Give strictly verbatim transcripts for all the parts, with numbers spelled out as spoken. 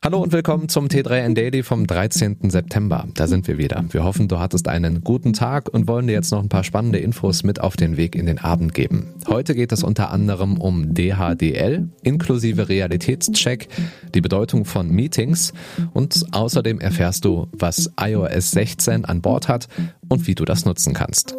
Hallo und willkommen zum T drei N Daily vom dreizehnten September. Da sind wir wieder. Wir hoffen, du hattest einen guten Tag und wollen dir jetzt noch ein paar spannende Infos mit auf den Weg in den Abend geben. Heute geht es unter anderem um D H D L, inklusive Realitätscheck, die Bedeutung von Meetings und außerdem erfährst du, was i O S sechzehn an Bord hat und wie du das nutzen kannst.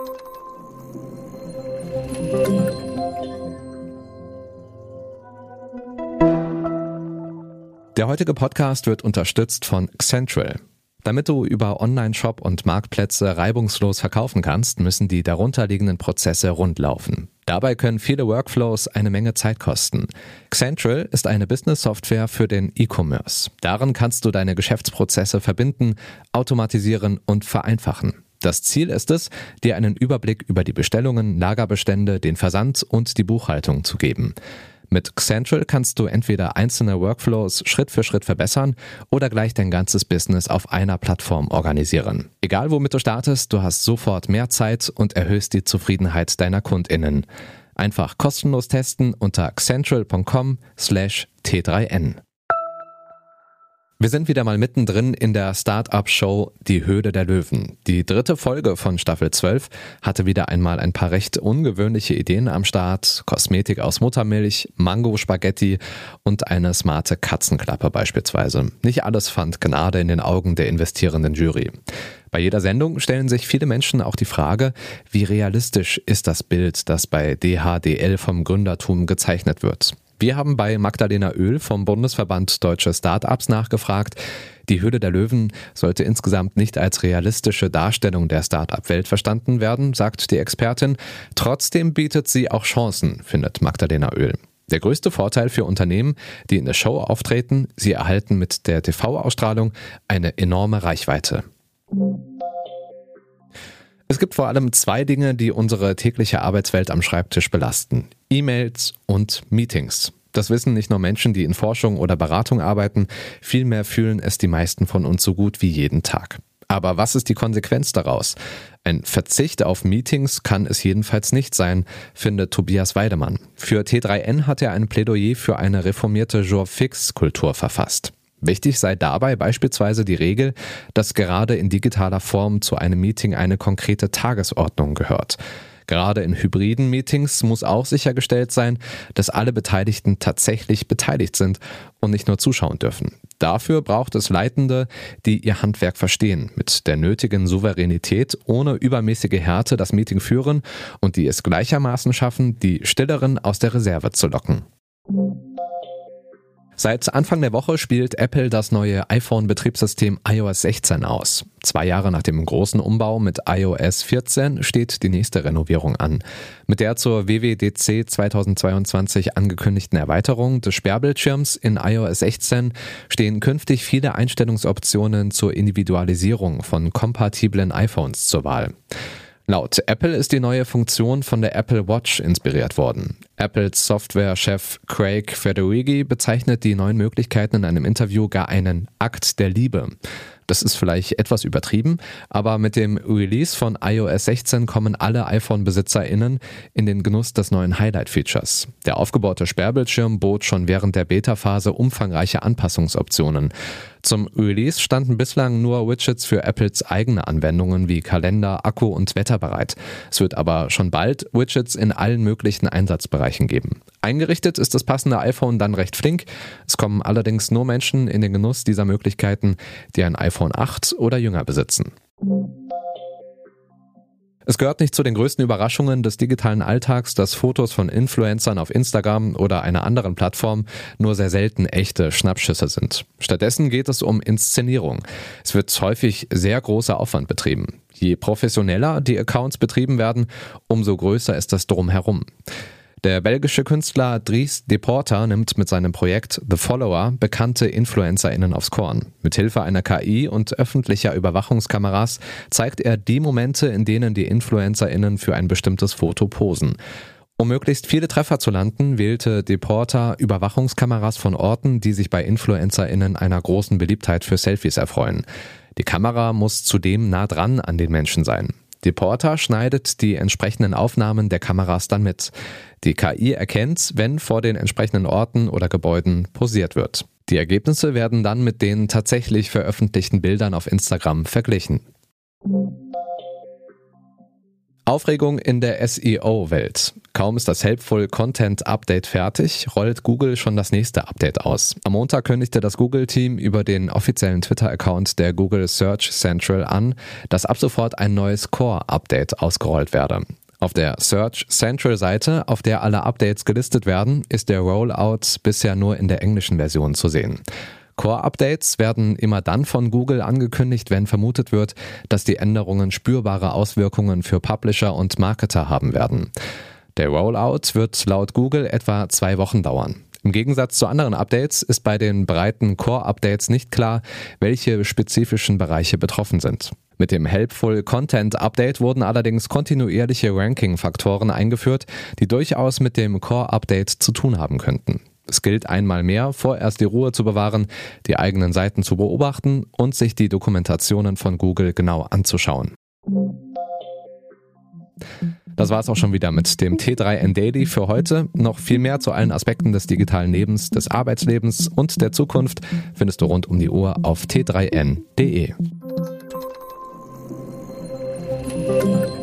Der heutige Podcast wird unterstützt von Xentral. Damit du über Online-Shop und Marktplätze reibungslos verkaufen kannst, müssen die darunterliegenden Prozesse rund laufen. Dabei können viele Workflows eine Menge Zeit kosten. Xentral ist eine Business-Software für den E-Commerce. Darin kannst du deine Geschäftsprozesse verbinden, automatisieren und vereinfachen. Das Ziel ist es, dir einen Überblick über die Bestellungen, Lagerbestände, den Versand und die Buchhaltung zu geben. Mit Xentral kannst du entweder einzelne Workflows Schritt für Schritt verbessern oder gleich dein ganzes Business auf einer Plattform organisieren. Egal womit du startest, du hast sofort mehr Zeit und erhöhst die Zufriedenheit deiner KundInnen. Einfach kostenlos testen unter xentral punkt com slash T drei N. Wir sind wieder mal mittendrin in der Start-up-Show Die Höhle der Löwen. Die dritte Folge von Staffel zwölf hatte wieder einmal ein paar recht ungewöhnliche Ideen am Start. Kosmetik aus Muttermilch, Mango-Spaghetti und eine smarte Katzenklappe beispielsweise. Nicht alles fand Gnade in den Augen der investierenden Jury. Bei jeder Sendung stellen sich viele Menschen auch die Frage, wie realistisch ist das Bild, das bei D H D L vom Gründertum gezeichnet wird. Wir haben bei Magdalena Oehl vom Bundesverband Deutsche Startups nachgefragt. Die Höhle der Löwen sollte insgesamt nicht als realistische Darstellung der Startup-Welt verstanden werden, sagt die Expertin. Trotzdem bietet sie auch Chancen, findet Magdalena Oehl. Der größte Vorteil für Unternehmen, die in der Show auftreten, sie erhalten mit der T V-Ausstrahlung eine enorme Reichweite. Es gibt vor allem zwei Dinge, die unsere tägliche Arbeitswelt am Schreibtisch belasten: E-Mails und Meetings. Das wissen nicht nur Menschen, die in Forschung oder Beratung arbeiten, vielmehr fühlen es die meisten von uns so gut wie jeden Tag. Aber was ist die Konsequenz daraus? Ein Verzicht auf Meetings kann es jedenfalls nicht sein, findet Tobias Weidemann. Für T drei N hat er ein Plädoyer für eine reformierte Jour-Fix-Kultur verfasst. Wichtig sei dabei beispielsweise die Regel, dass gerade in digitaler Form zu einem Meeting eine konkrete Tagesordnung gehört. Gerade in hybriden Meetings muss auch sichergestellt sein, dass alle Beteiligten tatsächlich beteiligt sind und nicht nur zuschauen dürfen. Dafür braucht es Leitende, die ihr Handwerk verstehen, mit der nötigen Souveränität, ohne übermäßige Härte das Meeting führen und die es gleichermaßen schaffen, die Stilleren aus der Reserve zu locken. Seit Anfang der Woche spielt Apple das neue iPhone-Betriebssystem i O S sechzehn aus. Zwei Jahre nach dem großen Umbau mit i O S vierzehn steht die nächste Renovierung an. Mit der zur W W D C zweitausendzweiundzwanzig angekündigten Erweiterung des Sperrbildschirms in i O S sechzehn stehen künftig viele Einstellungsoptionen zur Individualisierung von kompatiblen iPhones zur Wahl. Laut Apple ist die neue Funktion von der Apple Watch inspiriert worden. Apples Softwarechef Craig Federighi bezeichnet die neuen Möglichkeiten in einem Interview gar einen Akt der Liebe. Das ist vielleicht etwas übertrieben, aber mit dem Release von i O S sechzehn kommen alle iPhone-BesitzerInnen in den Genuss des neuen Highlight-Features. Der aufgebaute Sperrbildschirm bot schon während der Beta-Phase umfangreiche Anpassungsoptionen. Zum Release standen bislang nur Widgets für Apples eigene Anwendungen wie Kalender, Akku und Wetter bereit. Es wird aber schon bald Widgets in allen möglichen Einsatzbereichen geben. Eingerichtet ist das passende iPhone dann recht flink. Es kommen allerdings nur Menschen in den Genuss dieser Möglichkeiten, die ein iPhone acht oder jünger besitzen. Es gehört nicht zu den größten Überraschungen des digitalen Alltags, dass Fotos von Influencern auf Instagram oder einer anderen Plattform nur sehr selten echte Schnappschüsse sind. Stattdessen geht es um Inszenierung. Es wird häufig sehr großer Aufwand betrieben. Je professioneller die Accounts betrieben werden, umso größer ist das Drumherum. Der belgische Künstler Dries Deporter nimmt mit seinem Projekt The Follower bekannte InfluencerInnen aufs Korn. Mithilfe einer K I und öffentlicher Überwachungskameras zeigt er die Momente, in denen die InfluencerInnen für ein bestimmtes Foto posen. Um möglichst viele Treffer zu landen, wählte Deporter Überwachungskameras von Orten, die sich bei InfluencerInnen einer großen Beliebtheit für Selfies erfreuen. Die Kamera muss zudem nah dran an den Menschen sein. Die Porta schneidet die entsprechenden Aufnahmen der Kameras dann mit. Die K I erkennt, wenn vor den entsprechenden Orten oder Gebäuden posiert wird. Die Ergebnisse werden dann mit den tatsächlich veröffentlichten Bildern auf Instagram verglichen. Aufregung in der S E O-Welt. Kaum ist das Helpful Content Update fertig, rollt Google schon das nächste Update aus. Am Montag kündigte das Google-Team über den offiziellen Twitter-Account der Google Search Central an, dass ab sofort ein neues Core-Update ausgerollt werde. Auf der Search Central-Seite, auf der alle Updates gelistet werden, ist der Rollout bisher nur in der englischen Version zu sehen. Core-Updates werden immer dann von Google angekündigt, wenn vermutet wird, dass die Änderungen spürbare Auswirkungen für Publisher und Marketer haben werden. Der Rollout wird laut Google etwa zwei Wochen dauern. Im Gegensatz zu anderen Updates ist bei den breiten Core-Updates nicht klar, welche spezifischen Bereiche betroffen sind. Mit dem Helpful Content Update wurden allerdings kontinuierliche Ranking-Faktoren eingeführt, die durchaus mit dem Core-Update zu tun haben könnten. Es gilt einmal mehr, vorerst die Ruhe zu bewahren, die eigenen Seiten zu beobachten und sich die Dokumentationen von Google genau anzuschauen. Das war's auch schon wieder mit dem T drei N Daily für heute. Noch viel mehr zu allen Aspekten des digitalen Lebens, des Arbeitslebens und der Zukunft findest du rund um die Uhr auf t drei n punkt d e.